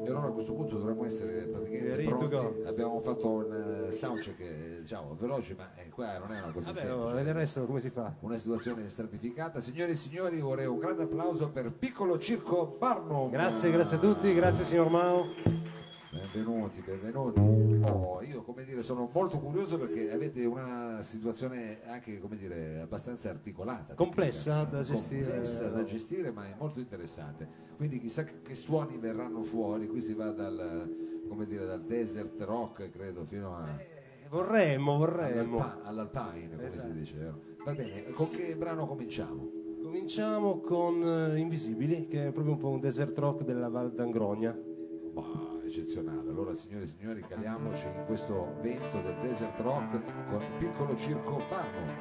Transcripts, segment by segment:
E allora a questo punto dovremmo essere praticamente pronti. Abbiamo fatto un soundcheck diciamo veloce, ma qua non è una cosa semplice. E del resto come si fa? Una situazione stratificata. Signore e signori, vorrei un grande applauso per Piccolo Circo Barnum. Grazie a tutti, grazie signor Mao. Benvenuti. Io come dire sono molto curioso perché avete una situazione anche come dire abbastanza articolata, complessa da gestire, ma è molto interessante. Quindi chissà che suoni verranno fuori. Qui si va dal desert rock, credo, fino a vorremmo all'alpine, come si dice, vero? Va bene, con che brano cominciamo? Cominciamo con Invisibili, che è proprio un po' un desert rock della Val d'Angrogna. Eccezionale. Allora signore e signori, caliamoci in questo vento del desert rock con Piccolo Circo Barnum.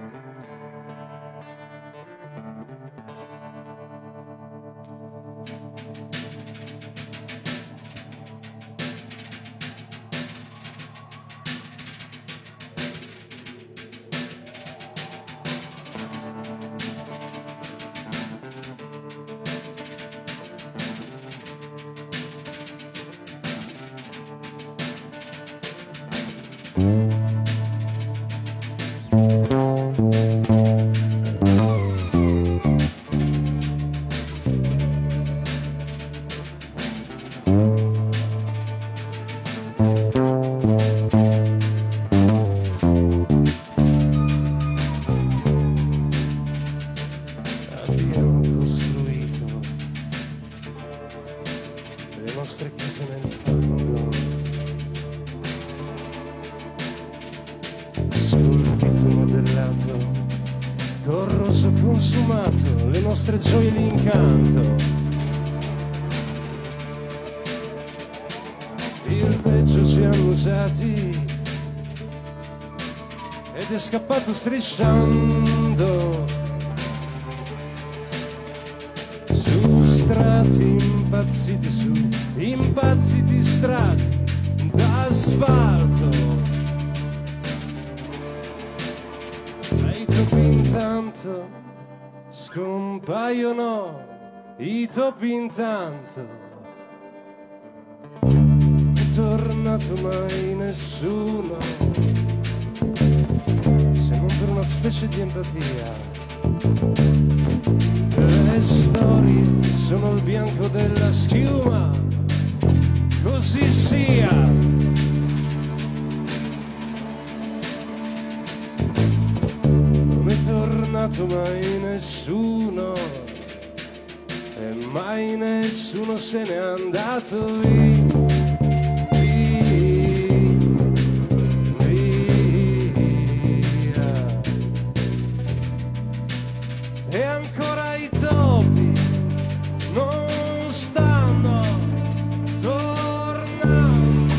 Gioie l'incanto, il peggio ci hanno usati ed è scappato strisciando su strati impazziti strati d'asfalto. E i topi intanto scompaiono, i topi intanto. È tornato mai nessuno, se non per una specie di empatia. Le storie sono il bianco della schiuma, così sia. Mai nessuno e mai nessuno se n'è andato via. E ancora i topi non stanno tornando,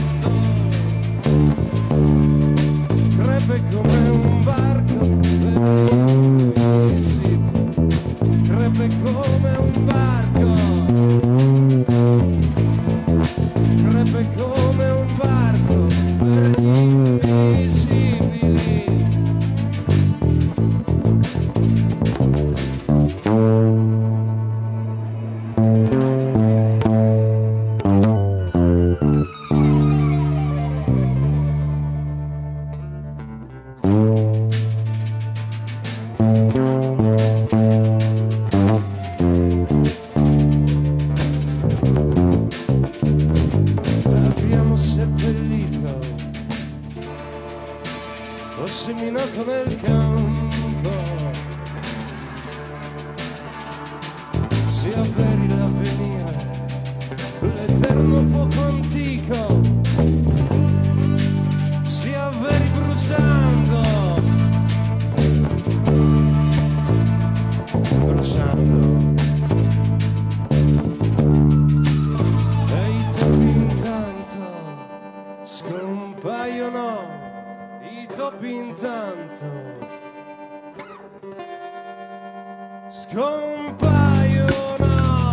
crepe come un barco, crepe come un barco, crepe come un barco per gli invisibili. Seminato nel campo, si avveri l'avvenire, l'eterno fuoco antico, si avveri bruciando, e i topi intanto scompaiono. I topi intanto scompaiono.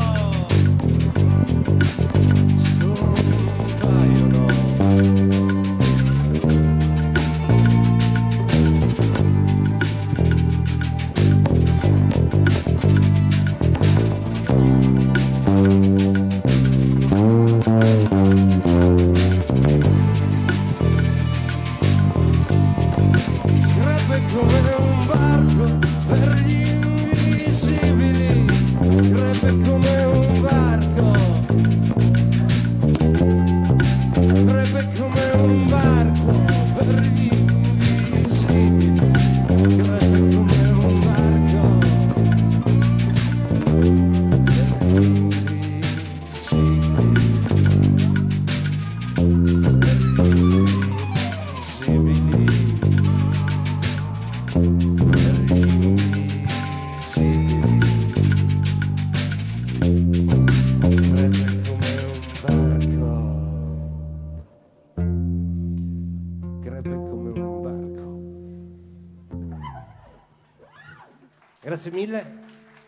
crepe come un barco, crepe come un barco per gli invisibili, crepe come un barco per gli Grazie mille.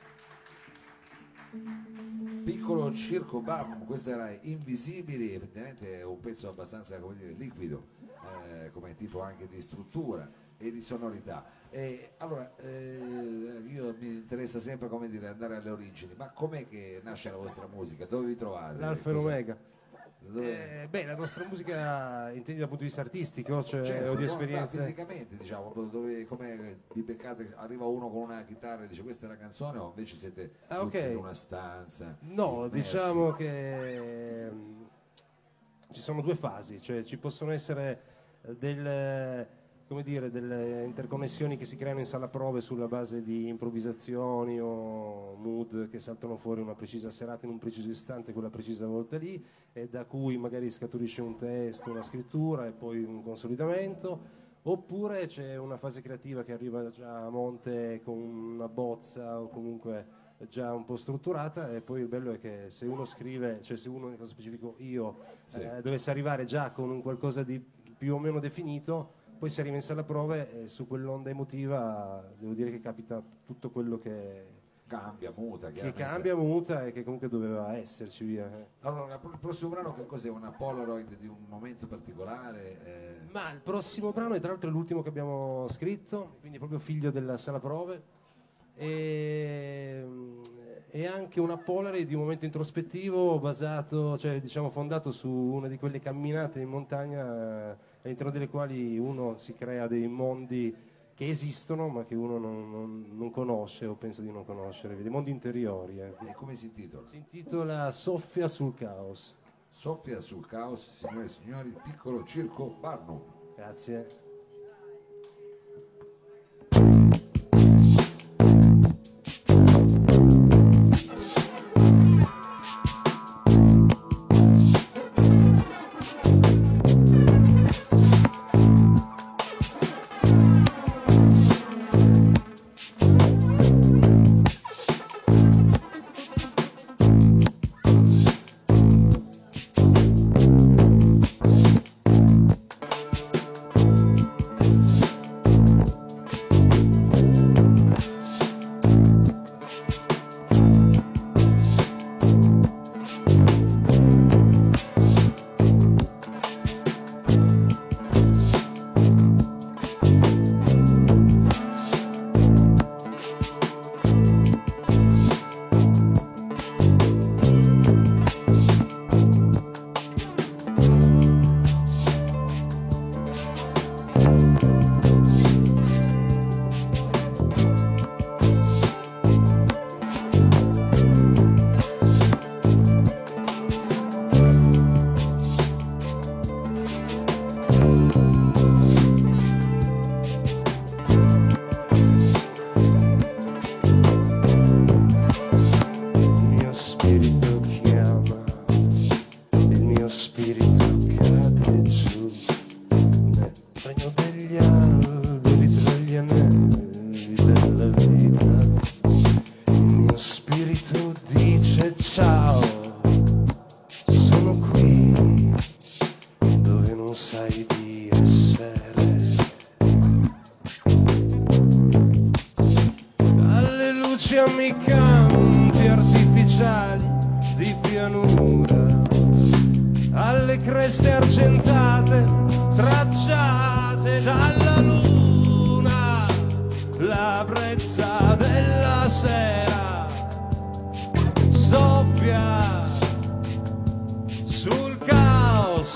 Piccolo Circo Barnum, questo era Invisibili, effettivamente è un pezzo abbastanza, come dire, liquido, come tipo anche di struttura e di sonorità. Allora, io mi interessa sempre, come dire, andare alle origini, ma com'è che nasce la vostra musica? Dove vi trovate? L'alfa e l'omega. La nostra musica intendi dal punto di vista artistico, cioè, certo, o di esperienze? Fisicamente, diciamo, come vi beccate, arriva uno con una chitarra e dice questa è la canzone, o invece siete tutti in una stanza? No, immersi? diciamo che ci sono due fasi, cioè ci possono essere delle interconnessioni che si creano in sala prove sulla base di improvvisazioni o mood che saltano fuori una precisa serata in un preciso istante, quella precisa volta lì, e da cui magari scaturisce un testo, una scrittura e poi un consolidamento, oppure c'è una fase creativa che arriva già a monte con una bozza o comunque già un po' strutturata, e poi il bello è che se uno scrive, cioè se uno, nel caso specifico io, dovesse arrivare già con un qualcosa di più o meno definito, poi si arriva in sala prove e su quell'onda emotiva devo dire che capita tutto quello che cambia, muta, che cambia, muta e che comunque doveva esserci via. Allora, il prossimo brano che cos'è? Una Polaroid di un momento particolare? Ma il prossimo brano è tra l'altro l'ultimo che abbiamo scritto, quindi proprio figlio della sala prove, e anche una Polaroid di un momento introspettivo basato, cioè diciamo fondato su una di quelle camminate in montagna all'interno delle quali uno si crea dei mondi che esistono ma che uno non conosce o pensa di non conoscere, dei mondi interiori. E come si intitola? Si intitola Soffia sul caos. Soffia sul caos, signore e signori, Piccolo Circo Barnum. Grazie. Campi artificiali di pianura, alle creste argentate tracciate dalla luna, la brezza della sera soffia sul caos.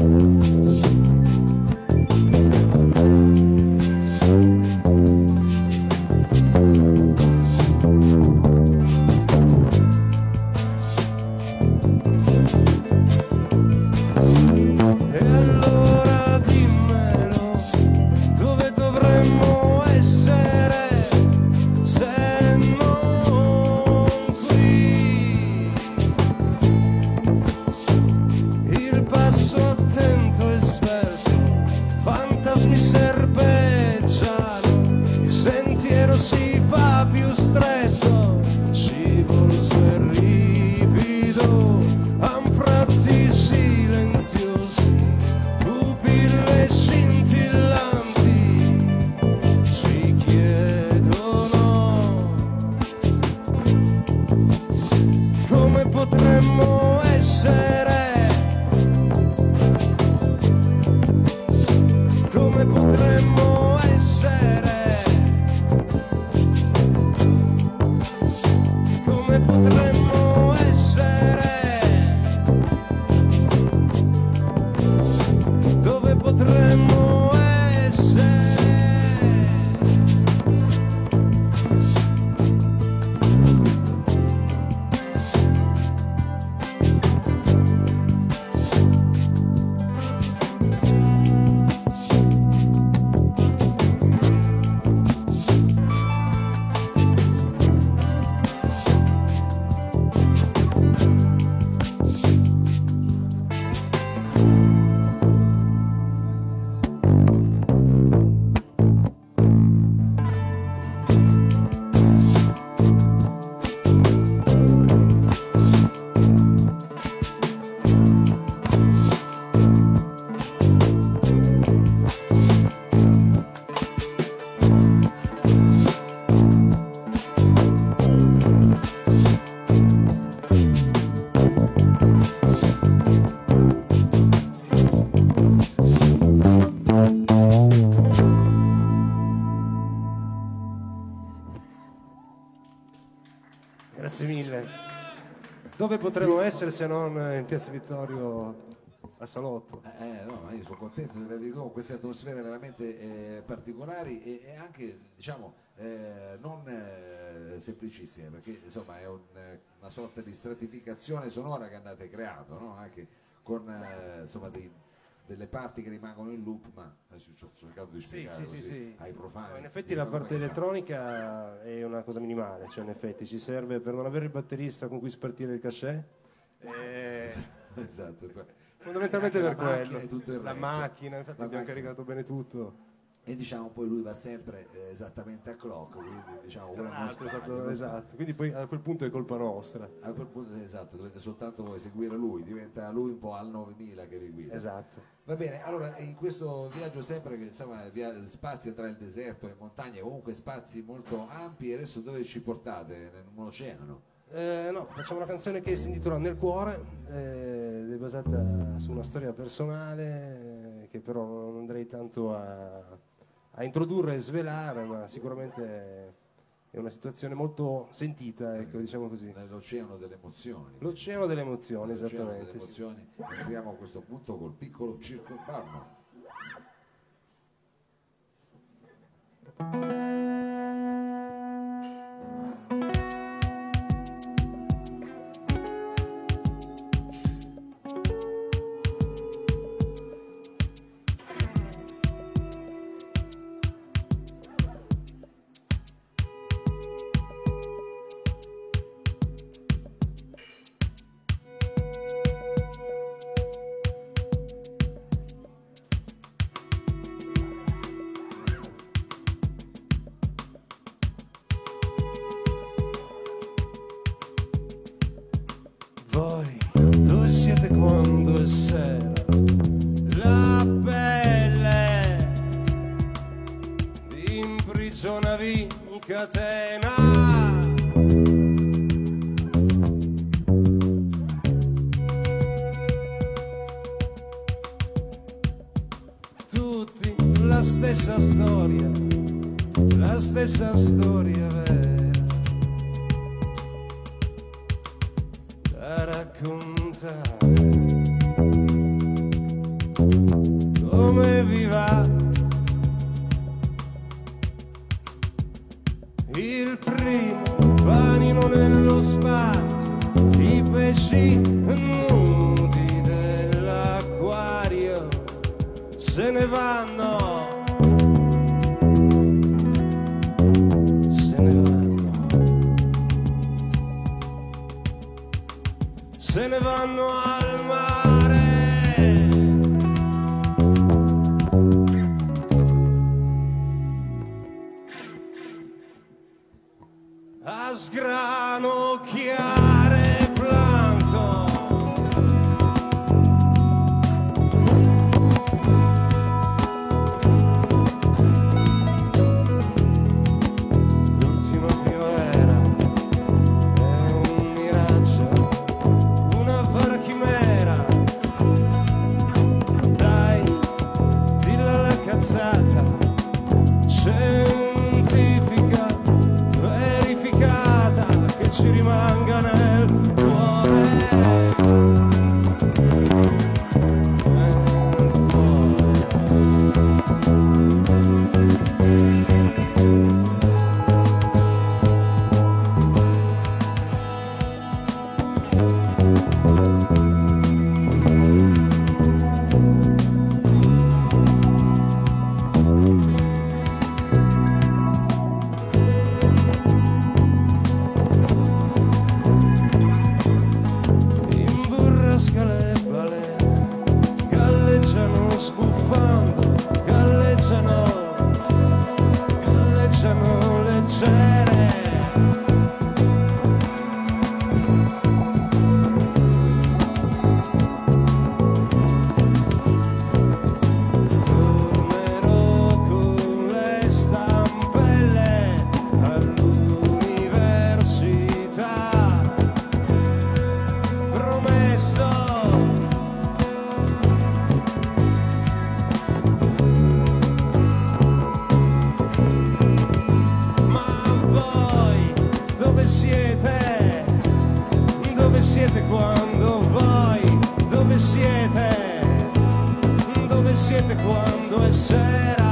Grazie mille. Dove potremmo essere se non in Piazza Vittorio a Salotto? No, ma io sono contento di avervi con queste atmosfere veramente particolari e anche, diciamo, non semplicissime, perché insomma è una sorta di stratificazione sonora che andate creando, no? Anche con insomma delle parti che rimangono in loop, ma adesso sto cercando di spiegare sì. ai profani. In effetti la parte elettronica è una cosa minimale, cioè in effetti ci serve per non avere il batterista con cui spartire il cachet. Esatto. Fondamentalmente per quello. La macchina, infatti abbiamo caricato bene tutto. E diciamo poi lui va sempre esattamente a clock, quindi diciamo esatto, quindi poi a quel punto è colpa nostra. A quel punto esatto, dovete soltanto eseguire lui, diventa lui un po' al 9000 che vi guida. Esatto. Va bene, allora in questo viaggio sempre che insomma spazia tra il deserto, le montagne, comunque spazi molto ampi, e adesso dove ci portate? Nell'oceano? No, facciamo una canzone che si intitola Nel cuore, è basata su una storia personale che però non andrei tanto a introdurre e svelare, ma sicuramente è una situazione molto sentita, ecco, diciamo così. Nell'oceano delle emozioni. L'oceano delle emozioni, esattamente. Delle emozioni. Entriamo a questo punto col piccolo Circo Barno. Voi, dove siete quando è sera? La pelle vi imprigionavi in catena. Tutti la stessa storia vera da raccontare. viva il primo panino nello spazio, i pesci nudi dell'acquario se ne vanno, se ne vanno, se ne vanno al mare. A sgranocchiare plankton. L'ultima primavera è un miraggio, una vera chimera. Dai, dilla la cazzata scientifica verificata che ci rimanga nel cuore. In burrasca le balene galleggiano sbuffando, galleggiano, galleggiano leggere. Tornerò con le stampelle all'università, promesso. Ma voi dove siete? Dove siete quando voi? Dove siete? Dove siete quando è sera?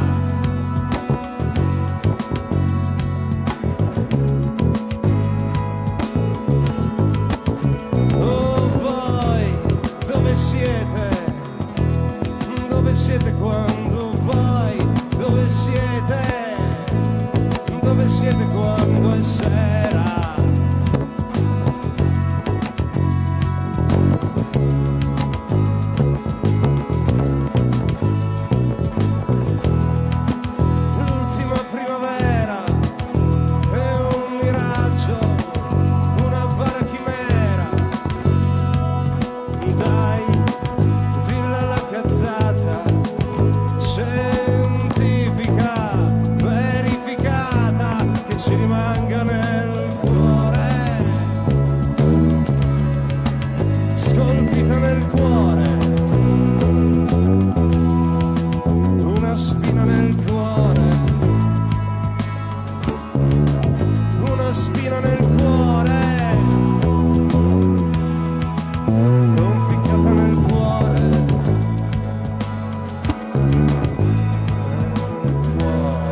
Oh voi, dove siete? Dove siete quando voi? Dove siete? Dove siete quando è sera? L'ultima primavera è un miraggio, una vera chimera. Dai, dilla la cazzata scientifica verificata che ci rimanga nel cuore, scolpita nel cuore, una spina nel cuore, una spina nel cuore, conficcata nel cuore, nel cuore.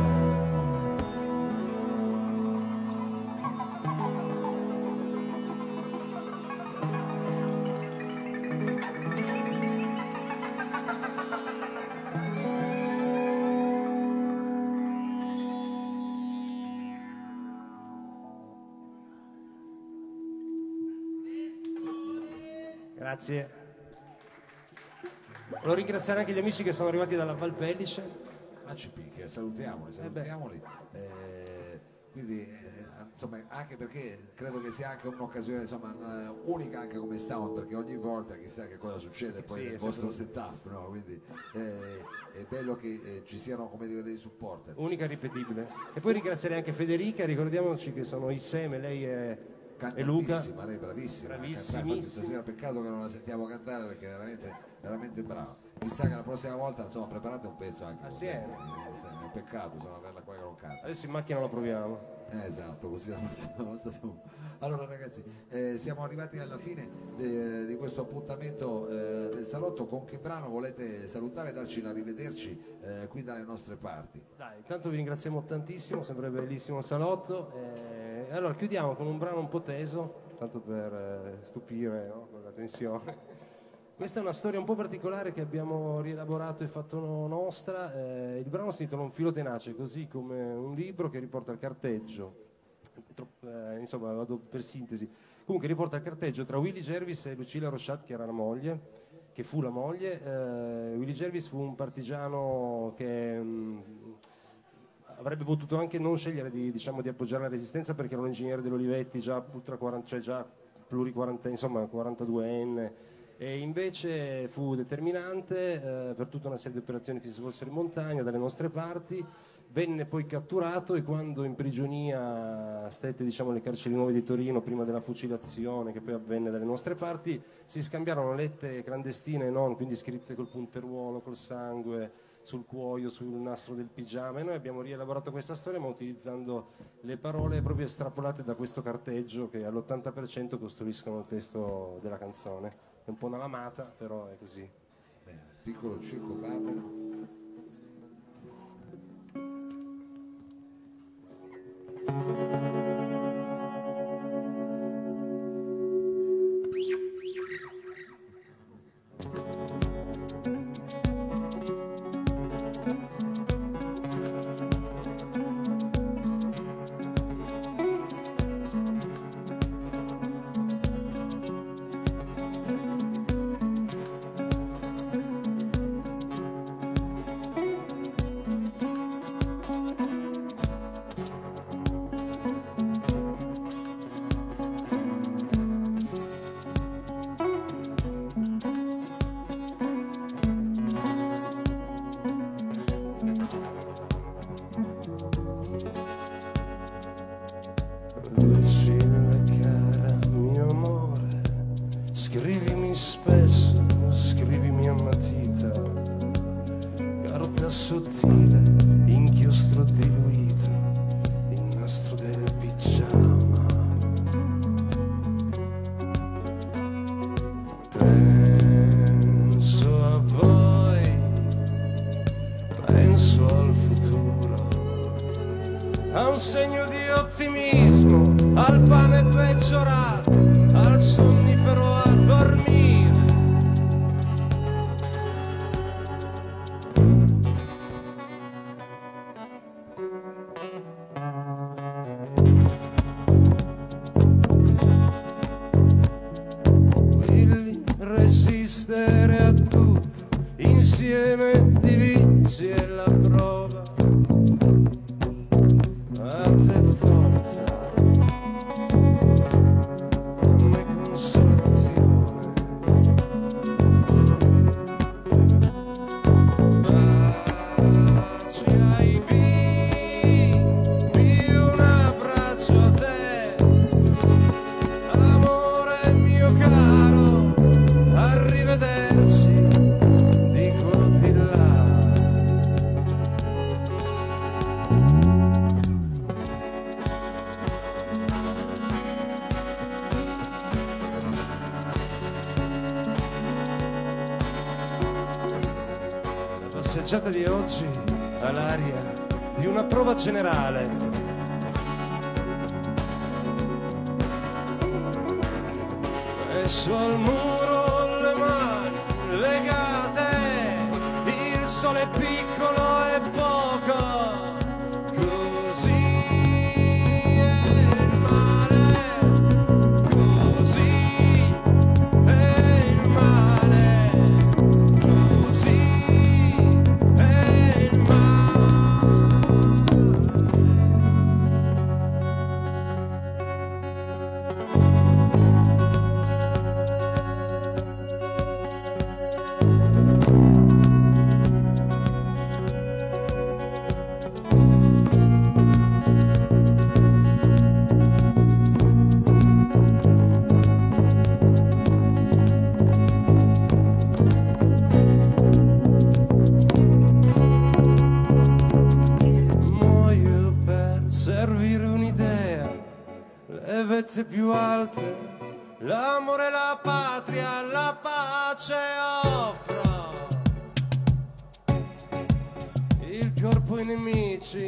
Grazie. Volevo ringraziare anche gli amici che sono arrivati dalla Valpellice. Ma ci picchia, salutiamoli, salutiamoli. Quindi insomma, anche perché credo che sia anche un'occasione insomma unica anche come sound, perché ogni volta chissà che cosa succede poi Sì, nel vostro setup, no? Quindi è bello che ci siano come dire dei supporter. Unica e ripetibile. E poi ringrazierei anche Federica, ricordiamoci che sono Isseme, lei e Luca. Lei bravissima, Bravissimissima. stasera peccato che non la sentiamo cantare perché è veramente brava. Chissà che la prossima volta insomma preparate un pezzo anche Assieme. è un peccato insomma averla qua che non canta. Adesso in macchina lo proviamo. Esatto, così la prossima volta siamo... Allora ragazzi, siamo arrivati alla fine di questo appuntamento del del salotto, con che brano volete salutare e darci un arrivederci qui dalle nostre parti? Dai, intanto vi ringraziamo tantissimo, sempre bellissimo il salotto. Allora chiudiamo con un brano un po' teso, tanto per stupire, no? Con la tensione. Questa è una storia un po' particolare che abbiamo rielaborato e fatto nostra. Il brano si intitola Un filo tenace, così come un libro che riporta il carteggio. Insomma, vado per sintesi. Comunque riporta il carteggio tra Willy Jervis e Lucilla Rochat, che era la moglie, che fu la moglie. Willy Jervis fu un partigiano che avrebbe potuto anche non scegliere di appoggiare la resistenza, perché era un ingegnere dell'Olivetti, già ultra 40, cioè già pluriquarantenne, insomma 42enne, e invece fu determinante per tutta una serie di operazioni che si svolsero in montagna dalle nostre parti. Venne poi catturato e quando in prigionia stette alle carceri nuove di Torino prima della fucilazione che poi avvenne dalle nostre parti, si scambiarono lettere clandestine e non, quindi scritte col punteruolo, col sangue, sul cuoio, sul nastro del pigiama, e noi abbiamo rielaborato questa storia ma utilizzando le parole proprio estrapolate da questo carteggio che all'80% costruiscono il testo della canzone. È un po' una lamata, però è così. Bene, piccolo circo babbo. Lucilla cara, mio amore, scrivimi spesso, scrivimi a matita, carta sottile, inchiostro diluito, il nastro del pigiama. Penso a voi, penso al futuro, a un segno di ottimismo, al pane peggiorato, al sonnifero a dormire. Willy, resistere a tutto, insieme divisi è la prova. A te forza, a me consolazione, baci ai bimbi, un abbraccio a te, amore mio caro, arrivederci, dico di là. La passeggiata di oggi ha l'aria di una prova generale. Messo al muro le mani legate, il sole è piccolo e poco, così è il male, così è il male, così è il muoio per servire un'idea, le vette più alte l'amore, la patria, la pace offro, il corpo ai nemici.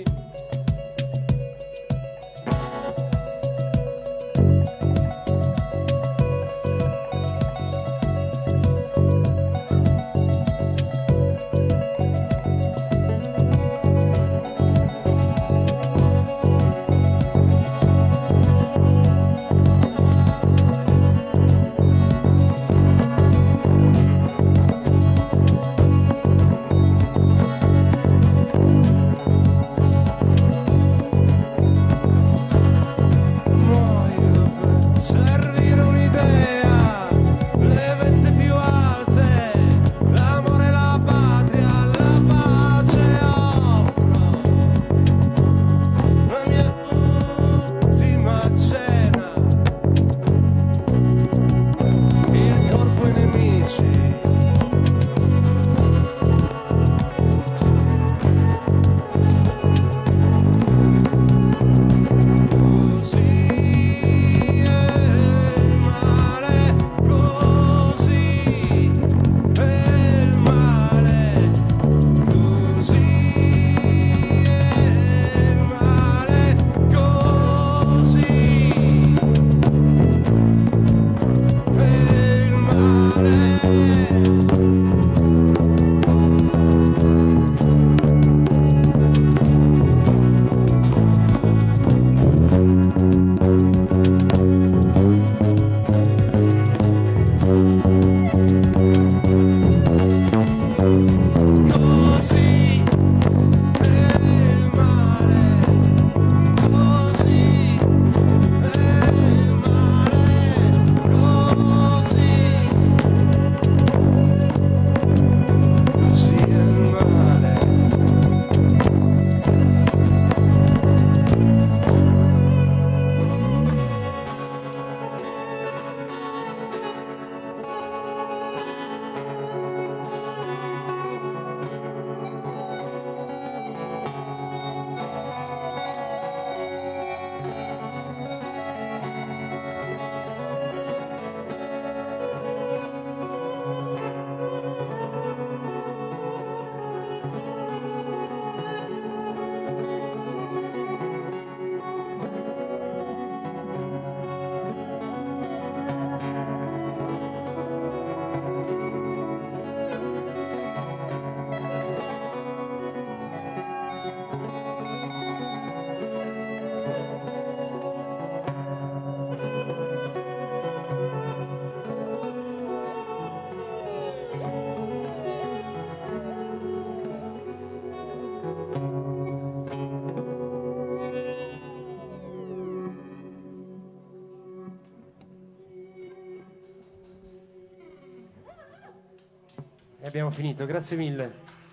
Abbiamo finito, grazie mille.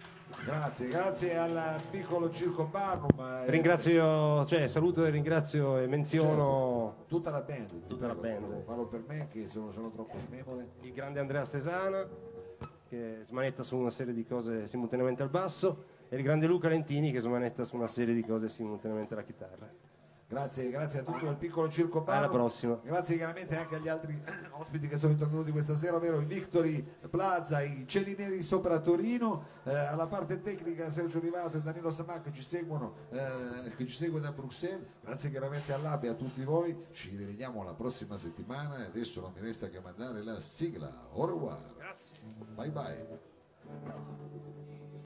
Grazie al piccolo Circo Barnum. Ringrazio, saluto e ringrazio e menziono tutta la band. Tutta la band. Parlo per me che sono troppo smemore. Il grande Andrea Stesana, che smanetta su una serie di cose simultaneamente al basso, e il grande Luca Lentini, che smanetta su una serie di cose simultaneamente alla chitarra. Grazie a tutti del piccolo Circo Barnum. Alla prossima. Grazie chiaramente anche agli altri ospiti che sono intervenuti questa sera, ovvero i Victory Plaza, i Cieli Neri sopra Torino, alla parte tecnica Sergio Rivato e Danilo Samà che ci seguono da Bruxelles. Grazie chiaramente all'Abe e a tutti voi. Ci rivediamo la prossima settimana e adesso non mi resta che mandare la sigla. Au revoir. Grazie. Bye bye.